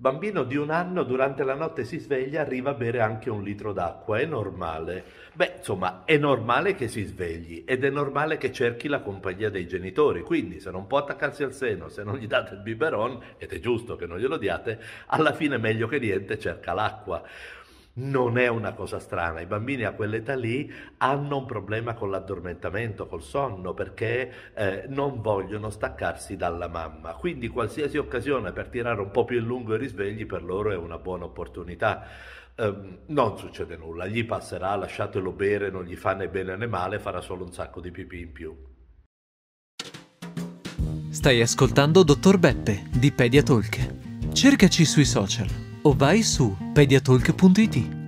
Bambino di 1 anno durante la notte si sveglia, arriva a bere anche 1 litro d'acqua, è normale? Beh, insomma, è normale che si svegli ed è normale che cerchi la compagnia dei genitori, quindi se non può attaccarsi al seno, se non gli date il biberon, ed è giusto che non glielo diate, alla fine meglio che niente cerca l'acqua. Non è una cosa strana, i bambini a quell'età lì hanno un problema con l'addormentamento, col sonno, perché non vogliono staccarsi dalla mamma. Quindi qualsiasi occasione per tirare un po' più in lungo i risvegli per loro è una buona opportunità. Non succede nulla, gli passerà, lasciatelo bere, non gli fa né bene né male, farà solo un sacco di pipì in più. Stai ascoltando Dottor Beppe di Pediatalk. Cercaci sui social o vai su pediatalk.it.